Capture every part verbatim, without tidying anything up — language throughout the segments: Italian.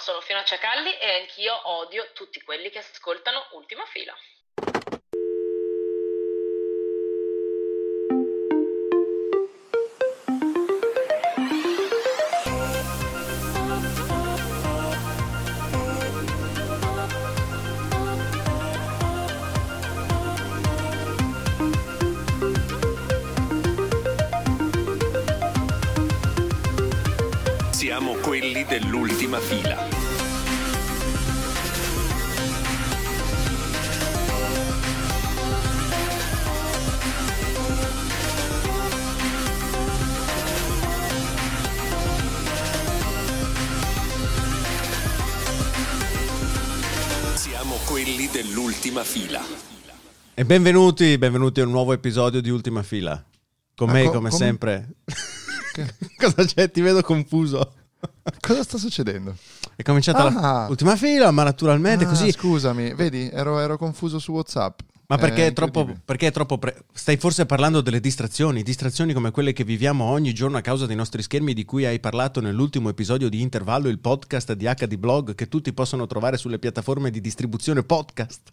sono Fiona Ciacalli e anch'io odio tutti quelli che ascoltano Ultima Fila. Siamo quelli dell'ultima fila. Siamo quelli dell'ultima fila. E benvenuti, benvenuti a un nuovo episodio di Ultima Fila. Con me, Ah, co- come com- sempre. Cosa c'è? Ti vedo confuso. Cosa sta succedendo? È cominciata Ah. l'ultima fila, ma naturalmente Ah, così. Scusami, vedi, ero, ero confuso su WhatsApp. Ma perché è troppo, incredibile. perché è troppo pre- stai forse parlando delle distrazioni, distrazioni come quelle che viviamo ogni giorno a causa dei nostri schermi, di cui hai parlato nell'ultimo episodio di Intervallo, il podcast di H D Blog che tutti possono trovare sulle piattaforme di distribuzione podcast.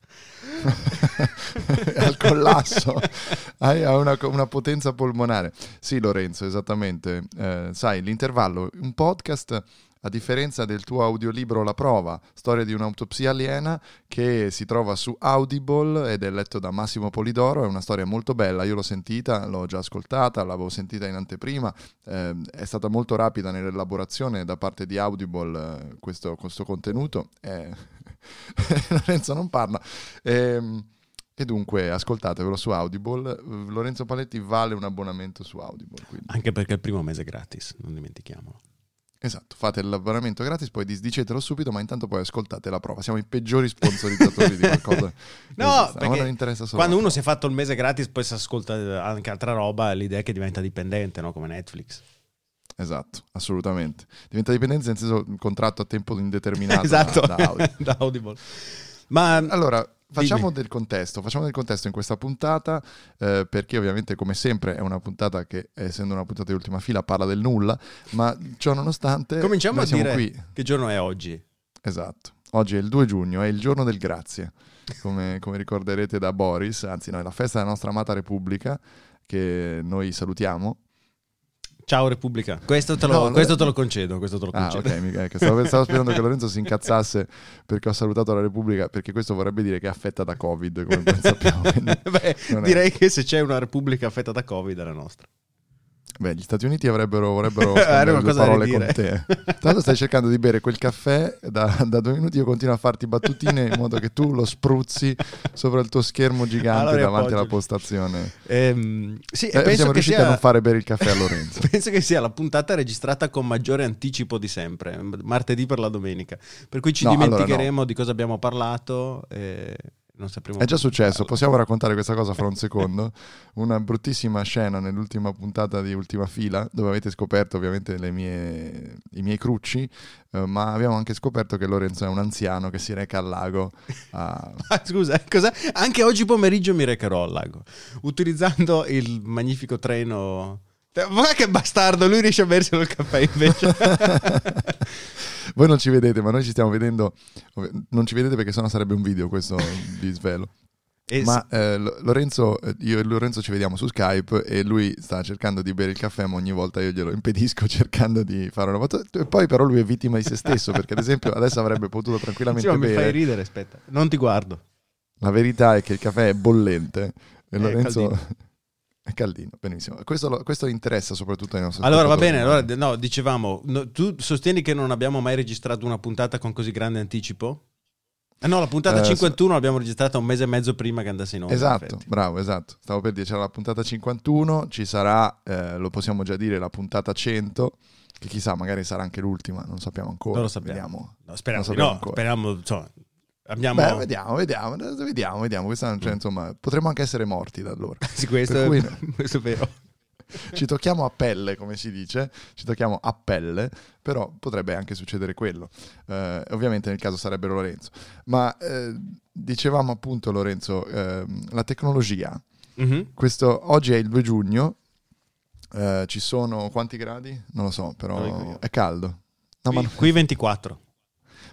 Al collasso. Hai una, una potenza polmonare. Sì, Lorenzo, esattamente. Eh, sai, l'intervallo, un podcast, a differenza del tuo audiolibro La Prova, storia di un'autopsia aliena, che si trova su Audible ed è letto da Massimo Polidoro. È una storia molto bella, io l'ho sentita, l'ho già ascoltata, l'avevo sentita in anteprima, eh, è stata molto rapida nell'elaborazione da parte di Audible eh, questo, questo contenuto. Eh, Lorenzo non parla. Ehm, E dunque ascoltatevelo su Audible. Lorenzo Paletti vale un abbonamento su Audible. Quindi. Anche perché il primo mese è gratis, non dimentichiamolo. Esatto, fate l'abbonamento gratis, poi disdicetelo subito, ma intanto poi ascoltate La Prova. Siamo i peggiori sponsorizzatori di qualcosa. No, perché non interessa solo quando La uno Prova. si è fatto il mese gratis poi si ascolta anche altra roba, l'idea è che diventa dipendente, no? Come Netflix. Esatto, assolutamente. Diventa dipendente nel senso un contratto a tempo indeterminato Esatto, da, da Audible. da Audible. Ma Allora, facciamo dimmi. del contesto, facciamo del contesto in questa puntata, eh, perché ovviamente come sempre è una puntata che, essendo una puntata di Ultima Fila, parla del nulla, ma ciò nonostante Cominciamo noi a siamo dire qui. che giorno è oggi. Esatto, oggi è il due giugno, è il giorno del grazie, come, come ricorderete da Boris, anzi no, è la festa della nostra amata Repubblica, che noi salutiamo. Ciao Repubblica. Questo te lo, No, questo no, te lo concedo, questo te lo Ah, concedo. ok, mica- ecco, stavo, stavo sperando che Lorenzo si incazzasse perché ho salutato la Repubblica, perché questo vorrebbe dire che è affetta da Covid, come ben sappiamo. quindi Beh, non è- direi che se c'è una Repubblica affetta da Covid è la nostra. Beh, gli Stati Uniti avrebbero, vorrebbero Avrebbero scambiare due qualcosa da parole dire. con te. Tra l'altro stai cercando di bere quel caffè da, da due minuti, io continuo a farti battutine in modo che tu lo spruzzi sopra il tuo schermo gigante Allora davanti appoggiali. alla postazione. Ehm, sì, e Eh, penso siamo che riusciti sia... a non fare bere il caffè a Lorenzo. Penso che sia la puntata registrata con maggiore anticipo di sempre, martedì per la domenica. Per cui ci No, allora dimenticheremo di cosa abbiamo parlato e non sapremo È già più successo, parlarlo. possiamo raccontare questa cosa fra un secondo? Una bruttissima scena nell'ultima puntata di Ultima Fila, dove avete scoperto ovviamente le mie, i miei crucci, eh, ma abbiamo anche scoperto che Lorenzo è un anziano che si reca al lago a... Ah, scusa, cosa? Anche oggi pomeriggio mi recherò al lago, utilizzando il magnifico treno... Ma che bastardo, lui riesce a berselo il caffè invece. Voi non ci vedete, ma noi ci stiamo vedendo. Non ci vedete perché sennò sarebbe un video, questo vi svelo. E Ma eh, Lo- Lorenzo, eh, io e Lorenzo ci vediamo su Skype e lui sta cercando di bere il caffè, ma ogni volta io glielo impedisco cercando di fare una foto. E poi però lui è vittima di se stesso, perché ad esempio adesso avrebbe potuto tranquillamente sì, ma mi bere. fai ridere, aspetta, non ti guardo. La verità è che il caffè è bollente e È Lorenzo caldino. è caldino, benissimo. Questo, lo- questo interessa soprattutto ai nostri Allora va ascoltatori. bene, allora no, dicevamo, no, tu sostieni che non abbiamo mai registrato una puntata con così grande anticipo? Eh no, la puntata Eh, cinquantuno l'abbiamo registrata un mese e mezzo prima che andasse in onda. in Esatto, effetti. bravo, esatto. Stavo per dire, c'era la puntata cinquantuno, ci sarà, eh, lo possiamo già dire, la puntata cento, che chissà, magari sarà anche l'ultima, non sappiamo ancora. Non lo sappiamo. Vediamo. No, speriamo, Non di sappiamo no, ancora. speriamo, insomma, abbiamo... Beh, vediamo, vediamo, vediamo, vediamo. Questa, cioè, insomma, potremmo anche essere morti da allora. Sì, questo, Per è, cui- questo è vero. Ci tocchiamo a pelle, come si dice, ci tocchiamo a pelle, però potrebbe anche succedere quello. Eh, ovviamente nel caso sarebbe Lorenzo. Ma eh, dicevamo appunto, Lorenzo, ehm, la tecnologia. Mhm. Questo, oggi è il due giugno, eh, ci sono quanti gradi? Non lo so, Lo dico però io. è caldo. No, ma Qui, no- qui ventiquattro.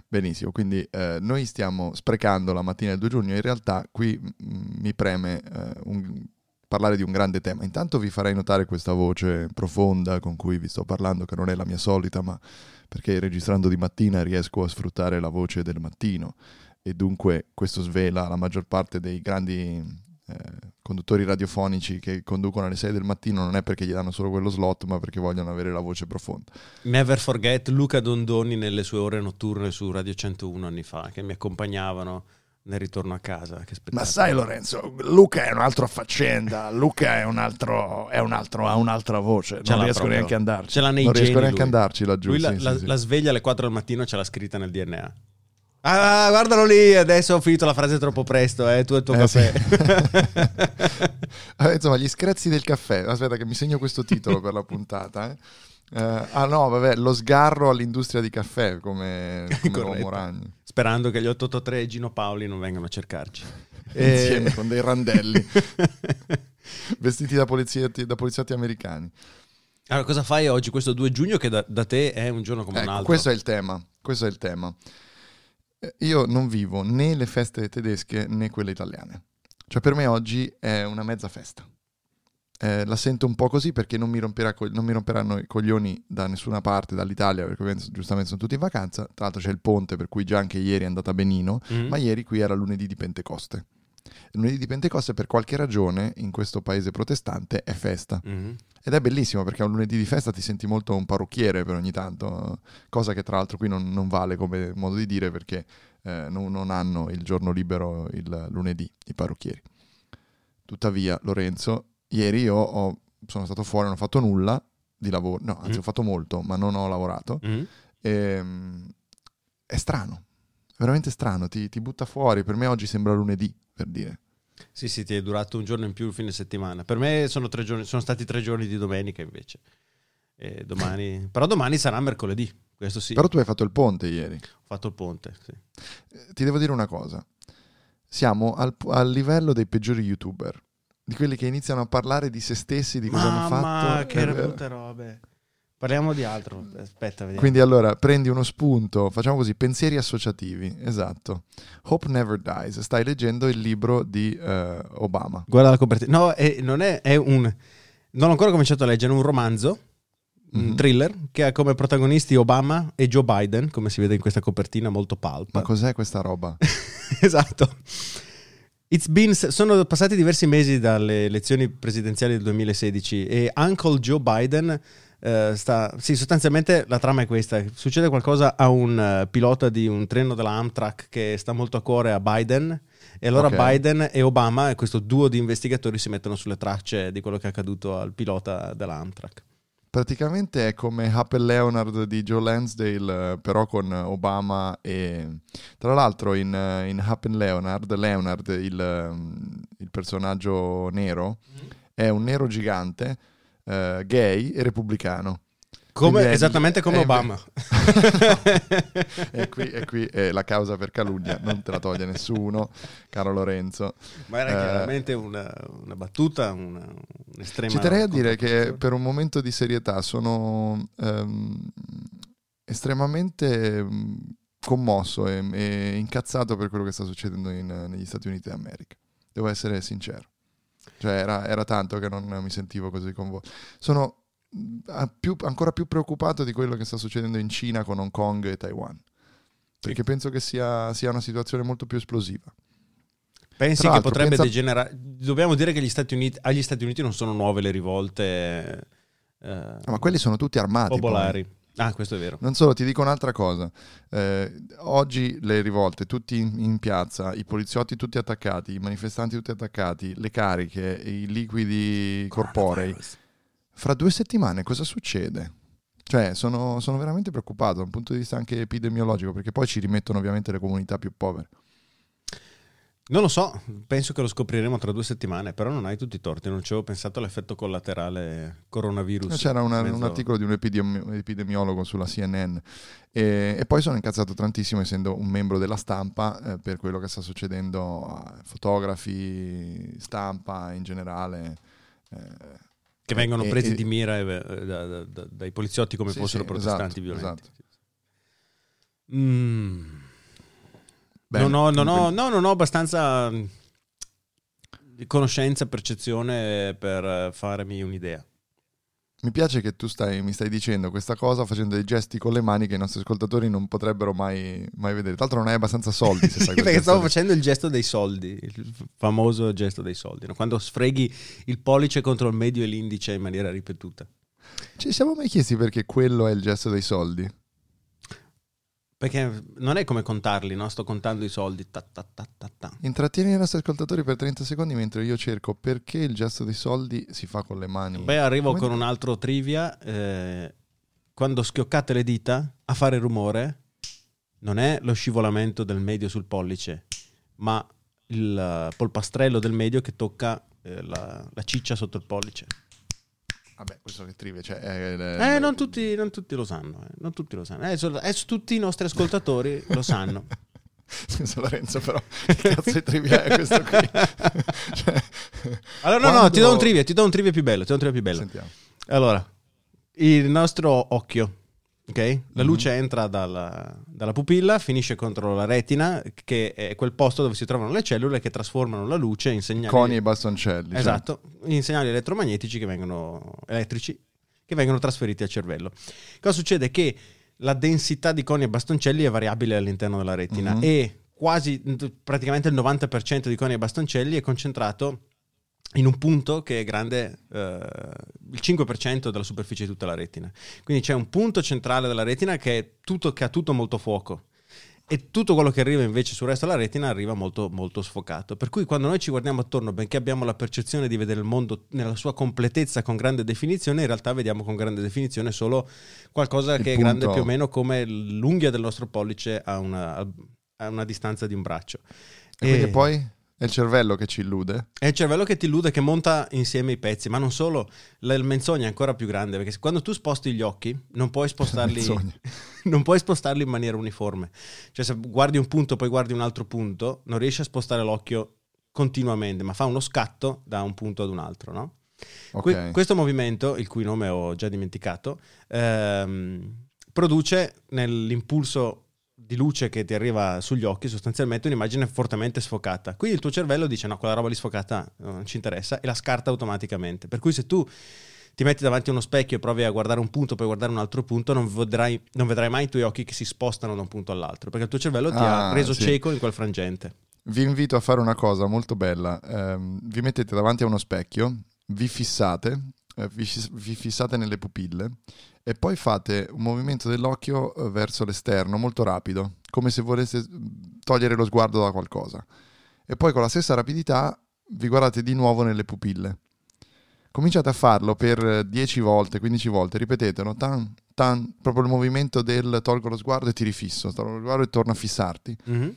Benissimo, quindi eh, noi stiamo sprecando la mattina del due giugno, in realtà qui mh, mi preme eh, un, parlare di un grande tema. Intanto vi farei notare questa voce profonda con cui vi sto parlando, che non è la mia solita, ma perché registrando di mattina riesco a sfruttare la voce del mattino e dunque questo svela la maggior parte dei grandi eh, conduttori radiofonici che conducono alle sei del mattino, non è perché gli danno solo quello slot, ma perché vogliono avere la voce profonda. Never forget Luca Dondoni nelle sue ore notturne su Radio centouno anni fa, che mi accompagnavano nel ritorno a casa. Che ma sai Lorenzo, Luca è un'altra faccenda, Luca è un altro, è un altro, ha un'altra voce, ce non riesco proprio. neanche a andarci. Ce l'ha nei non geni riesco neanche lui. a andarci laggiù. Lui sì, la, sì, la, sì. la sveglia alle quattro del mattino ce l'ha scritta nel D N A. Ah, guardalo lì, adesso ho finito la frase troppo presto, eh, tu e il tuo Eh, caffè. sì. Eh, insomma, gli screzi del caffè. Aspetta che mi segno questo titolo per la puntata. Eh. Eh, ah no, vabbè, lo sgarro all'industria di caffè come, come l'uomo ragno. Sperando che gli otto otto tre e Gino Paoli non vengano a cercarci. Insieme E... con dei randelli vestiti da poliziotti, da poliziotti americani. Allora, cosa fai oggi, questo due giugno, che da, da te è un giorno come Ecco, un altro? questo è il tema. Questo è il tema. Io non vivo né le feste tedesche né quelle italiane. Cioè per me oggi è una mezza festa. Eh, la sento un po' così perché non mi, romperà, non mi romperanno i coglioni da nessuna parte, dall'Italia, perché penso, giustamente sono tutti in vacanza. Tra l'altro c'è il ponte, per cui già anche ieri è andata benino, Mm. ma ieri qui era lunedì di Pentecoste. Il lunedì di Pentecoste per qualche ragione in questo paese protestante è festa. Mhm. Ed è bellissimo perché a un lunedì di festa ti senti molto un parrucchiere per ogni tanto, cosa che tra l'altro qui non, non vale come modo di dire perché eh, non, non hanno il giorno libero il lunedì, i parrucchieri. Tuttavia, Lorenzo, ieri io ho, sono stato fuori, non ho fatto nulla di lavoro, no, anzi Mm. ho fatto molto, ma non ho lavorato. Mhm. E, è strano, è veramente strano, ti, ti butta fuori. Per me oggi sembra lunedì, per dire. Sì, sì, ti è durato un giorno in più il fine settimana. Per me sono, tre giorni, sono stati tre giorni di domenica invece. E domani... Però domani sarà mercoledì, questo sì. Però tu hai fatto il ponte ieri. Ho fatto il ponte, sì. Eh, Ti devo dire una cosa, siamo al, al livello dei peggiori youtuber, di quelli che iniziano a parlare di se stessi, di cosa hanno Mamma, fatto. che Eh, brutte robe. Parliamo di altro. Aspetta, vediamo. Quindi allora prendi uno spunto, facciamo così, pensieri associativi, esatto. Hope Never Dies, stai leggendo il libro di eh, Obama. Guarda la copertina. No, è, non è, è un... Non ho ancora cominciato a leggere, è un romanzo, un Mhm. thriller, che ha come protagonisti Obama e Joe Biden, come si vede in questa copertina molto pulp. Ma cos'è questa roba? Esatto. It's been, sono passati diversi mesi dalle elezioni presidenziali del duemilasedici e Uncle Joe Biden eh, sta... Sì, sostanzialmente la trama è questa. Succede qualcosa a un eh, pilota di un treno della Amtrak che sta molto a cuore a Biden e allora Ok. Biden e Obama, questo duo di investigatori, si mettono sulle tracce di quello che è accaduto al pilota della Amtrak. Praticamente è come Happy Leonard di Joe Lansdale, eh, però con Obama e... Tra l'altro in, eh, in Happy Leonard, Leonard, il, ehm, il personaggio nero, è un nero gigante, eh, gay e repubblicano. Come, Quindi è- esattamente come è- Obama. e qui, e qui è la causa per calunnia, non te la toglie nessuno, caro Lorenzo. Ma era Eh, chiaramente una, una battuta, una, un'estrema... Ci terrei a dire che contrapposizione. per un momento di serietà sono ehm, estremamente ehm, commosso e, e incazzato per quello che sta succedendo in- negli Stati Uniti d'America. Devo essere sincero. Cioè era, era tanto che non mi sentivo così coinvolto. Sono mh, a- più- ancora più preoccupato di quello che sta succedendo in Cina con Hong Kong e Taiwan. Perché penso che sia, sia una situazione molto più esplosiva. Pensi Tra che l'altro, potrebbe pensa- degenerare? Dobbiamo dire che gli Stati Uniti, agli Stati Uniti non sono nuove le rivolte eh, Ah, ma quelli sono tutti armati. poi. popolari. Ah, questo è vero. Non solo, ti dico un'altra cosa. Eh, oggi le rivolte, tutti in, in piazza, i poliziotti tutti attaccati, i manifestanti tutti attaccati, le cariche, i liquidi corporei. Fra due settimane cosa succede? Cioè, sono, sono veramente preoccupato da un punto di vista anche epidemiologico, perché poi ci rimettono ovviamente le comunità più povere. Non lo so, penso che lo scopriremo tra due settimane, però non hai tutti i torti, non ci avevo pensato all'effetto collaterale coronavirus. C'era una- Mezzo- un articolo di un epidemi- epidemiologo sulla C N N e, e poi sono incazzato tantissimo essendo un membro della stampa eh, per quello che sta succedendo a fotografi, stampa in generale. eh, che vengono e- presi e- di mira eh, da- da- da- dai poliziotti come Sì, fossero sì, protestanti esatto, violenti. esatto. Mm. Bene, non, ho, non, ho, comunque- no, non ho abbastanza di conoscenza, percezione per farmi un'idea. Mi piace che tu stai, mi stai dicendo questa cosa facendo dei gesti con le mani che i nostri ascoltatori non potrebbero mai, mai vedere. Tra l'altro non hai abbastanza soldi se Sì, fai quel perché gesto stavo lì. facendo il gesto dei soldi, il famoso gesto dei soldi, no? Quando sfreghi il pollice contro il medio e l'indice in maniera ripetuta. Ci siamo mai chiesti perché quello è il gesto dei soldi? Perché non è come contarli, no? Sto contando i soldi. Ta, ta, ta, ta, ta. Intrattieni i nostri ascoltatori per trenta secondi mentre io cerco perché il gesto dei soldi si fa con le mani. Beh, arrivo Come- con un altro trivia. Eh, quando schioccate le dita a fare rumore, non è lo scivolamento del medio sul pollice, ma il polpastrello del medio che tocca eh, la, la ciccia sotto il pollice. Vabbè, questo che trivia, cioè... è- Eh, non tutti, non tutti lo sanno. Eh, non tutti lo sanno. Eh, so- eh, tutti i nostri ascoltatori lo sanno. Scusa Lorenzo, però che cazzo di trivia è questo qui? Cioè, Allora, no, no, quando- ti do un trivia, ti do un trivia più bello, ti do un trivia più bello. Sentiamo. Allora, il nostro occhio, ok? La Mhm. luce entra dalla, dalla pupilla, finisce contro la retina, che è quel posto dove si trovano le cellule che trasformano la luce in segnali. Coni e bastoncelli. cioè. Esatto, in segnali elettromagnetici che vengono elettrici che vengono trasferiti al cervello. Cosa succede? Che la densità di coni e bastoncelli è variabile all'interno della retina Mhm. e quasi praticamente il novanta per cento di coni e bastoncelli è concentrato in un punto che è grande eh, il cinque per cento della superficie di tutta la retina. Quindi c'è un punto centrale della retina che, è tutto, che ha tutto molto fuoco. E tutto quello che arriva invece sul resto della retina arriva molto, molto sfocato. Per cui quando noi ci guardiamo attorno, benché abbiamo la percezione di vedere il mondo nella sua completezza con grande definizione, in realtà vediamo con grande definizione solo qualcosa Il che è punto- grande più o meno come l'unghia del nostro pollice a una, a una distanza di un braccio. E quindi poi è il cervello che ci illude. È il cervello che ti illude, che monta insieme i pezzi, ma non solo, la- il menzogna è ancora più grande, perché se- quando tu sposti gli occhi non puoi spostarli, Menzogna. non puoi spostarli in maniera uniforme. Cioè se guardi un punto poi guardi un altro punto, non riesci a spostare l'occhio continuamente, ma fa uno scatto da un punto ad un altro, no? Ok. Que- questo movimento, il cui nome ho già dimenticato, ehm, produce nell'impulso di luce che ti arriva sugli occhi sostanzialmente un'immagine fortemente sfocata. Quindi il tuo cervello dice no, quella roba lì sfocata non ci interessa e la scarta automaticamente. Per cui se tu ti metti davanti a uno specchio e provi a guardare un punto, poi guardare un altro punto, non vedrai, non vedrai mai i tuoi occhi che si spostano da un punto all'altro, perché il tuo cervello ti Ah, ha reso sì. cieco in quel frangente. Vi invito a fare una cosa molto bella. Ehm, vi mettete davanti a uno specchio, vi fissate, eh, vi, vi fissate nelle pupille e poi fate un movimento dell'occhio eh, verso l'esterno molto rapido, come se voleste togliere lo sguardo da qualcosa. E poi con la stessa rapidità vi guardate di nuovo nelle pupille. Cominciate a farlo per dieci volte, quindici volte, ripetetelo, tan, tan, proprio il movimento del tolgo lo sguardo e ti rifisso, tolgo lo sguardo e torno a fissarti. Mhm.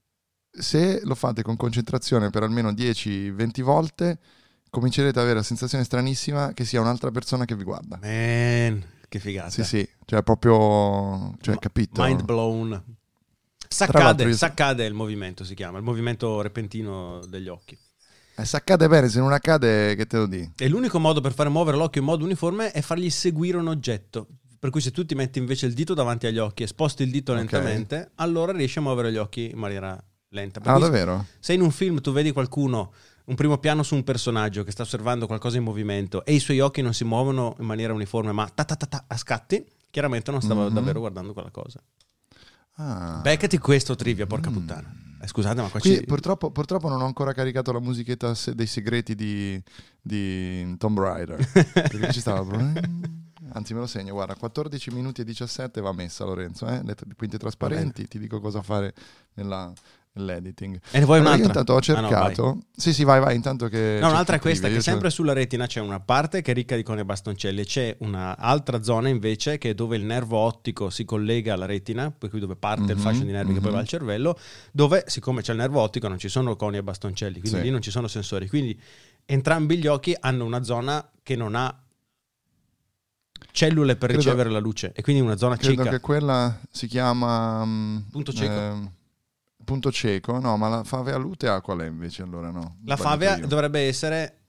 Se lo fate con concentrazione per almeno dieci venti volte, comincerete ad avere la sensazione stranissima che sia un'altra persona che vi guarda. Man, che figata. Sì, sì, cioè proprio, cioè, Ma- capito? Mind blown. l'altro Saccade, io- saccade il movimento si chiama, il movimento repentino degli occhi. Eh, se accade bene, se non accade, che te lo di? E l'unico modo per fare muovere l'occhio in modo uniforme è fargli seguire un oggetto. Per cui se tu ti metti invece il dito davanti agli occhi e sposti il dito Ok. lentamente, allora riesci a muovere gli occhi in maniera lenta. Per Ah, cui davvero? se in un film tu vedi qualcuno, un primo piano su un personaggio che sta osservando qualcosa in movimento e i suoi occhi non si muovono in maniera uniforme, ma ta ta ta ta a scatti, chiaramente non stava Mhm. davvero guardando quella cosa. Ah. Beccati questo trivia, porca Mm. puttana. Eh, scusate, ma qua Qui, ci... purtroppo, purtroppo non ho ancora caricato la musichetta se- dei segreti di, di Tomb Raider. Perché ci stava proprio- Anzi, me lo segno, guarda, quattordici minuti e diciassette va messa, Lorenzo, eh? Le t- quinte trasparenti, ti dico cosa fare nella- nell'editing. E ne vuoi Allora, io un'altra? intanto ho Ah, no, vai. cercato... sì, sì, vai, vai, intanto che... No, c'è un'altra è chi questa, scrive. che Io sempre c'ho- sulla retina c'è una parte che è ricca di coni e bastoncelli e c'è un'altra zona invece che è dove il nervo ottico si collega alla retina, per cui dove parte il Mhm, fascio di nervi che poi mhm. va al cervello, dove siccome c'è il nervo ottico non ci sono coni e bastoncelli, quindi Sì. lì non ci sono sensori, quindi entrambi gli occhi hanno una zona che non ha cellule per Credo- ricevere la luce e quindi una zona Credo cieca. che quella si chiama... mm, Punto cieco? ehm, punto cieco, no, ma la favea lutea qual è invece allora? No, La Sbagliato favea io. dovrebbe essere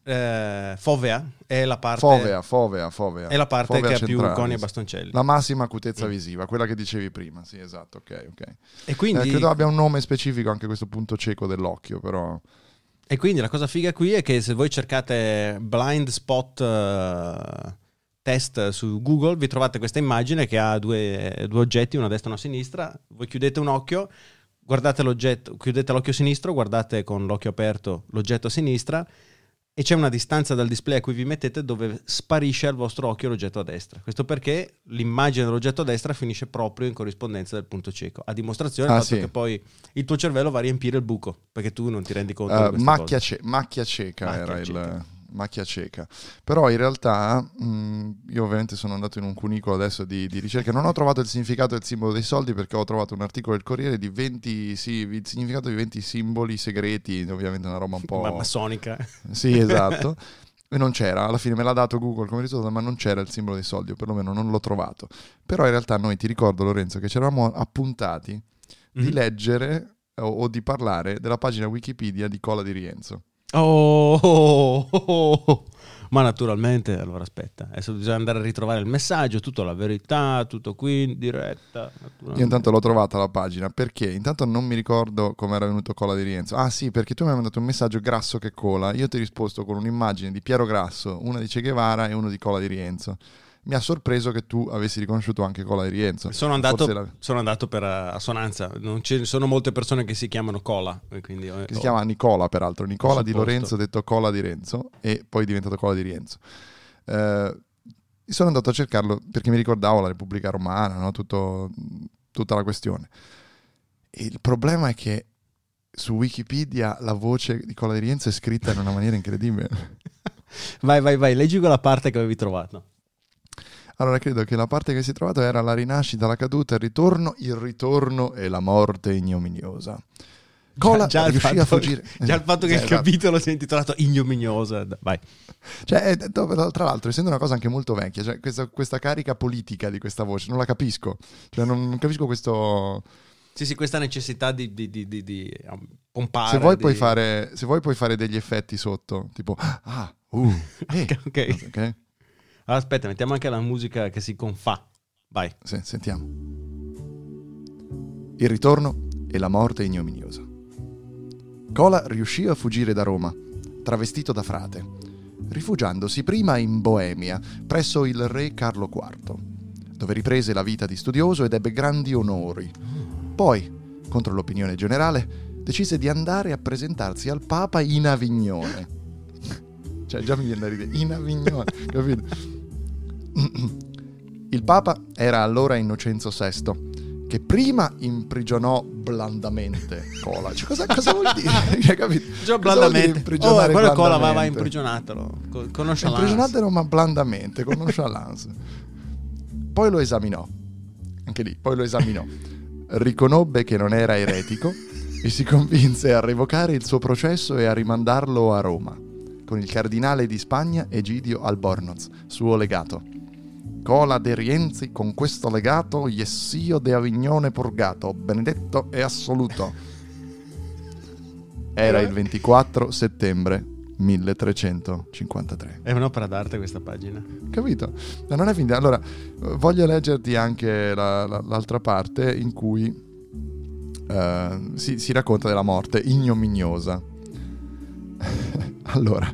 eh, fovea è la parte Fovea, fovea, fovea. è la parte Fovea che ha centrale, più coni e sì. bastoncelli. La massima acutezza Mm. visiva, quella che dicevi prima. Sì, esatto, ok, ok. E quindi, Eh, credo abbia un nome specifico anche questo punto cieco dell'occhio, però... e quindi la cosa figa qui è che se voi cercate blind spot eh, test su Google, vi trovate questa immagine che ha due, due oggetti, uno a destra e uno a sinistra. Voi chiudete un occhio, guardate l'oggetto, chiudete l'occhio sinistro, guardate con l'occhio aperto l'oggetto a sinistra e c'è una distanza dal display a cui vi mettete dove sparisce al vostro occhio l'oggetto a destra. Questo perché l'immagine dell'oggetto a destra finisce proprio in corrispondenza del punto cieco, a dimostrazione Ah, del fatto sì. che poi il tuo cervello va a riempire il buco, perché tu non ti rendi conto di Uh, queste macchia, cose. ce- macchia cieca Macchia era cieca. il macchia cieca. Però in realtà mh, io ovviamente sono andato in un cunicolo adesso di, di ricerca, non ho trovato il significato del simbolo dei soldi perché ho trovato un articolo del Corriere di venti, sì, il significato di venti simboli segreti, ovviamente una roba un po'... Ma massonica. Sì, esatto. E non c'era, alla fine me l'ha dato Google come risultato, ma non c'era il simbolo dei soldi, o perlomeno non l'ho trovato. Però in realtà noi, ti ricordo Lorenzo, che ci eravamo appuntati di Mhm. leggere o, o di parlare della pagina Wikipedia di Cola di Rienzo. Oh, oh, oh, oh. Ma naturalmente, allora aspetta, adesso bisogna andare a ritrovare il messaggio, tutto la verità, tutto qui in diretta. Io intanto l'ho trovata la pagina, perché intanto non mi ricordo come era venuto Cola di Rienzo. Ah sì, perché tu mi hai mandato un messaggio Grasso che cola, io ti ho risposto con un'immagine di Piero Grasso, una di Che Guevara e uno di Cola di Rienzo. Mi ha sorpreso che tu avessi riconosciuto anche Cola di Rienzo. Sono andato, Forse la- sono andato per uh, assonanza, non ci sono molte persone che si chiamano Cola, e quindi, eh, che si oh. chiama Nicola peraltro, Nicola di Supposto. Lorenzo detto Cola di Renzo e poi è diventato Cola di Rienzo. Eh, sono andato a cercarlo perché mi ricordavo la Repubblica Romana, no? Tutto, tutta la questione. E il problema è che su Wikipedia la voce di Cola di Rienzo è scritta in una maniera incredibile. Vai, vai, vai, leggi quella parte che avevi trovato. Allora credo che la parte che si è trovata era la rinascita, la caduta, il ritorno, il ritorno e la morte ignominiosa. Cola già, già riuscì il a fatto, fuggire. già il fatto che Eh, il esatto. capitolo sia intitolato ignominiosa. Vai. Cioè, eh, to- tra l'altro, essendo una cosa anche molto vecchia, cioè, questa, questa carica politica di questa voce, non la capisco. Cioè, non, non capisco questo... Sì, sì, questa necessità di, di, di, di, di um, pompare. Se vuoi, di... puoi fare, se vuoi puoi fare degli effetti sotto, tipo... Ah, uh, eh. Ok, ok. Ok? Allora, aspetta, mettiamo anche la musica che si confà. Vai. Sì, sentiamo. Il ritorno e la morte ignominiosa. Cola riuscì a fuggire da Roma, travestito da frate, rifugiandosi prima in Boemia, presso il re Carlo quarto, dove riprese la vita di studioso ed ebbe grandi onori. Poi, contro l'opinione generale, decise di andare a presentarsi al Papa in Avignone. Cioè, già mi viene da ridere. In Avignone, capito? Il Papa era allora Innocenzo sesto, che prima imprigionò blandamente Cola. Cioè, cosa, cosa vuol dire? Cioè, capito? Già Cosa vuol dire blandamente. imprigionare Oh, quello Cola va, va blandamente? imprigionatelo. Co- con nonchalance. Imprigionatelo ma blandamente, con nonchalance. Poi lo esaminò. Anche lì, poi lo esaminò. Riconobbe che non era eretico e si convinse a revocare il suo processo e a rimandarlo a Roma, con il cardinale di Spagna Egidio Albornoz, suo legato. Cola de Rienzi con questo legato Yessio de Avignone purgato, benedetto e assoluto. Era il ventiquattro settembre milletrecentocinquantatré. È un'opera d'arte questa pagina. Capito? Ma non è finita. Allora, eh, voglio leggerti anche la- la- l'altra parte in cui eh, si, si racconta della morte ignominiosa. Allora,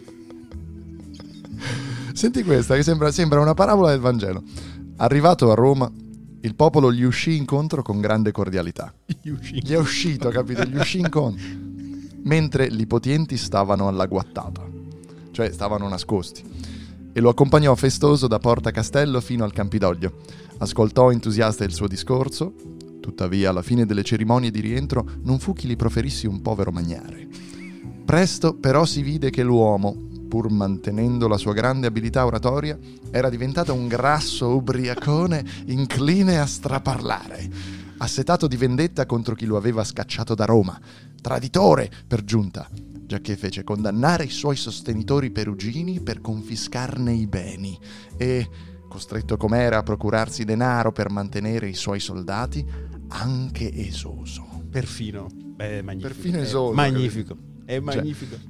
senti questa che sembra, sembra una parabola del Vangelo. Arrivato a Roma, il popolo gli uscì incontro con grande cordialità. Gli è uscito, capito? Gli uscì incontro. Mentre gli potenti stavano alla guattata, cioè stavano nascosti, e lo accompagnò festoso da Porta Castello fino al Campidoglio. Ascoltò entusiasta il suo discorso, tuttavia alla fine delle cerimonie di rientro non fu chi gli proferissi un povero magnare. Presto però si vide che l'uomo, pur mantenendo la sua grande abilità oratoria, era diventato un grasso ubriacone incline a straparlare, assetato di vendetta contro chi lo aveva scacciato da Roma, traditore per giunta, giacché fece condannare i suoi sostenitori perugini per confiscarne i beni e, costretto com'era a procurarsi denaro per mantenere i suoi soldati, anche esoso. Perfino. Beh, è magnifico. Perfino È esoso, magnifico. È magnifico.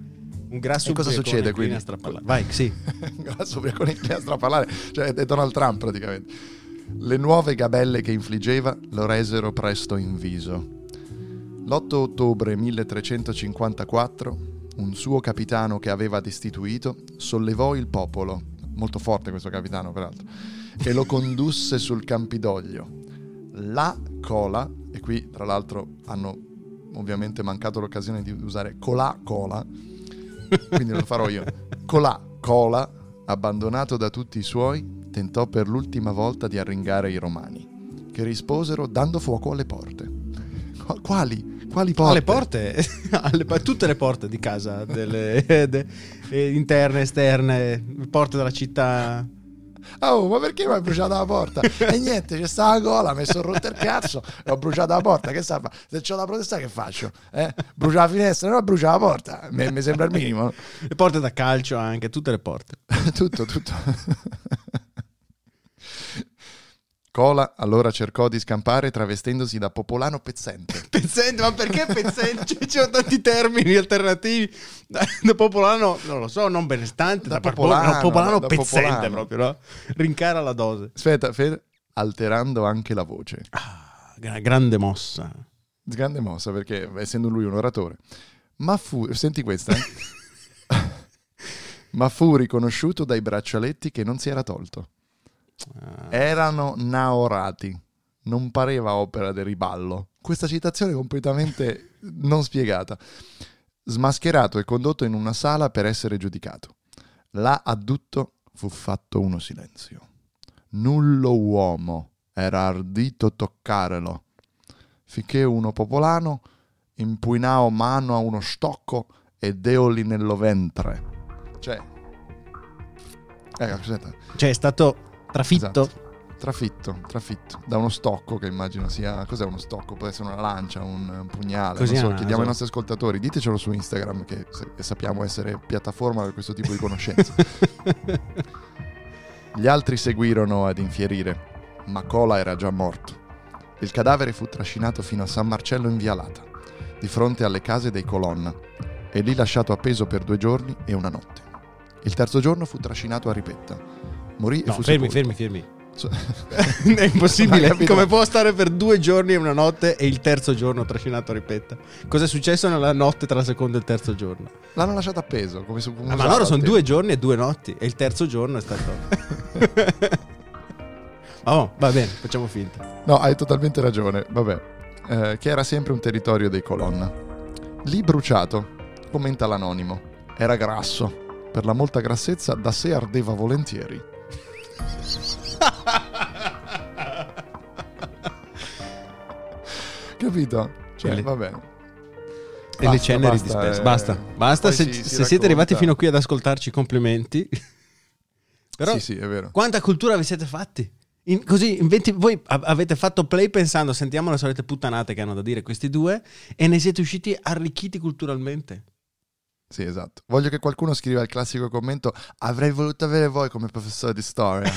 Un grasso E cosa ubriacone succede, inclina quindi? a strappallare. Vai, sì. Un grasso ubriacone inclina a strappallare, cioè è Donald Trump praticamente. Le nuove gabelle che infliggeva lo resero presto in viso. L'otto ottobre milletrecentocinquantaquattro, un suo capitano che aveva destituito sollevò il popolo, molto forte questo capitano peraltro, e lo condusse sul Campidoglio. La cola, e qui tra l'altro hanno ovviamente mancato l'occasione di usare colà cola, quindi lo farò io. Colà cola, abbandonato da tutti i suoi, tentò per l'ultima volta di arringare i romani, che risposero dando fuoco alle porte. Quali? Quali porte? Alle porte, alle, tutte le porte di casa, delle, de, interne, esterne, porte della città. Oh, ma perché mi hai bruciato la porta? E niente, c'è stata la cola, mi sono rotto il cazzo e ho bruciato la porta. Che sta a fare? Se c'ho da protestare, che faccio? Eh? Brucia la finestra, no? Brucia la porta. Mi, mi sembra il minimo. Le porte da calcio anche, tutte le porte. tutto, tutto. Cola allora cercò di scampare travestendosi da popolano pezzente. Pezzente, ma perché pezzente? Ci sono tanti termini alternativi. Da, da popolano, non lo so, non benestante, Da da, popolano, no, popolano da pezzente popolano. proprio, no? Rincara la dose. Aspetta, Fede, alterando anche la voce. Ah, gra- grande mossa. Grande mossa, perché essendo lui un oratore. Ma fu, senti questa, eh? Ma fu riconosciuto dai braccialetti che non si era tolto. Erano naorati, non pareva opera del riballo. Questa citazione è completamente non spiegata. Smascherato e condotto in una sala per essere giudicato. Là addutto fu fatto uno silenzio. Nullo uomo era ardito toccarelo, finché uno popolano impugnò mano a uno stocco e deoli nello ventre. Cioè, ecco, aspetta. Cioè è stato trafitto. Esatto. Trafitto, trafitto da uno stocco che immagino sia. Cos'è uno stocco? Può essere una lancia, un, un pugnale. Così non so, a naso. chiediamo ai nostri ascoltatori, ditecelo su Instagram che se- sappiamo essere piattaforma per questo tipo di conoscenze. Gli altri seguirono ad infierire, ma Cola era già morto. Il cadavere fu trascinato fino a San Marcello in Vialata, di fronte alle case dei Colonna, e lì lasciato appeso per due giorni e una notte. Il terzo giorno fu trascinato a Ripetta. Morì No, e fu fermi, sepolto. fermi, fermi. So- È impossibile. Hai capito? Come può stare per due giorni e una notte e il terzo giorno trascinato a Ripetta? Cosa è successo nella notte tra il secondo e il terzo giorno? L'hanno lasciato appeso come su come Ah, ma usava loro sono al due giorni e due notti e il terzo giorno è stato... Oh, va bene, facciamo finta. tempo. No, hai totalmente ragione. Vabbè, eh, che era sempre un territorio dei Colonna. Lì bruciato, commenta l'anonimo, era grasso. Per la molta grassezza da sé ardeva volentieri. Capito? Cioè, E le- va bene. E Basta, le ceneri basta, disperse. eh. Basta, basta. Poi Se, si- si se siete racconta. arrivati fino qui ad ascoltarci, complimenti. Però Sì, sì, è vero. quanta cultura vi siete fatti? In- così in venti voi a- avete fatto play pensando sentiamo le solite puttanate che hanno da dire questi due e ne siete usciti arricchiti culturalmente. Sì, esatto. Voglio che qualcuno scriva il classico commento: avrei voluto avere voi come professore di storia.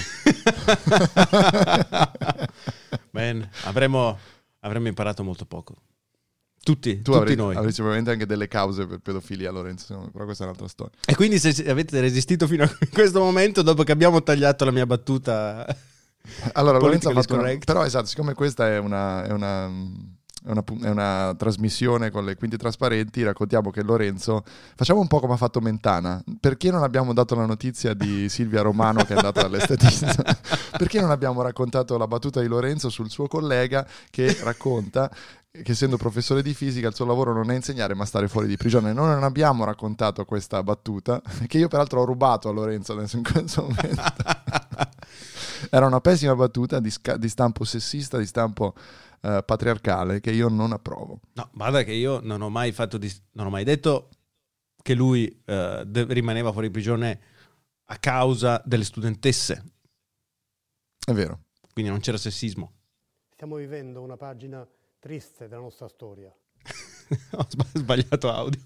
Bene, avremmo, avremmo imparato molto poco. Tutti, Tu tutti avrei, noi. avrei sicuramente anche delle cause per pedofilia, Lorenzo, però questa è un'altra storia. E quindi se se avete resistito fino a questo momento, dopo che abbiamo tagliato la mia battuta... Allora, Lorenzo ha Politically fatto una, correct. però esatto, siccome questa è una, è una, è una, pu- è una trasmissione con le quinte trasparenti, raccontiamo che Lorenzo, facciamo un po' come ha fatto Mentana. Perché non abbiamo dato la notizia di Silvia Romano che è andata dall'estetista? Perché non abbiamo raccontato la battuta di Lorenzo sul suo collega che racconta che essendo professore di fisica il suo lavoro non è insegnare ma stare fuori di prigione. Noi non abbiamo raccontato questa battuta, che io peraltro ho rubato a Lorenzo adesso in questo momento. Era una pessima battuta di, sca- di stampo sessista, di stampo eh, patriarcale, che io non approvo. No, guarda che io non ho mai fatto dis- non ho mai detto che lui eh, de- rimaneva fuori prigione a causa delle studentesse, È vero. quindi non c'era sessismo. Stiamo vivendo una pagina triste della nostra storia. Ho sba- sbagliato audio.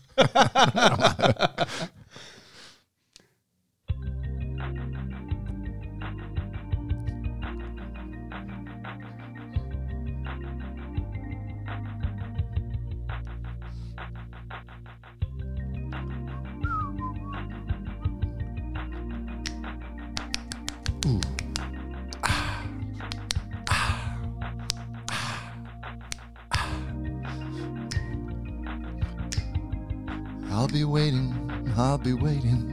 Ooh. Ah. Ah. Ah. I'll be waiting, I'll be waiting.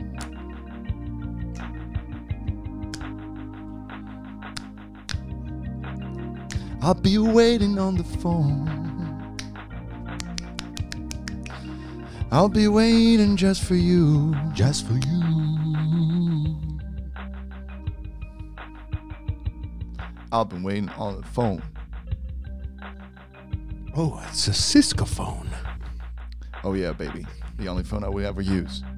I'll be waiting on the phone. I'll be waiting just for you, just for you. I'll be waiting on the phone. Oh, it's a Cisco phone. Oh yeah, baby. The only phone I will ever use.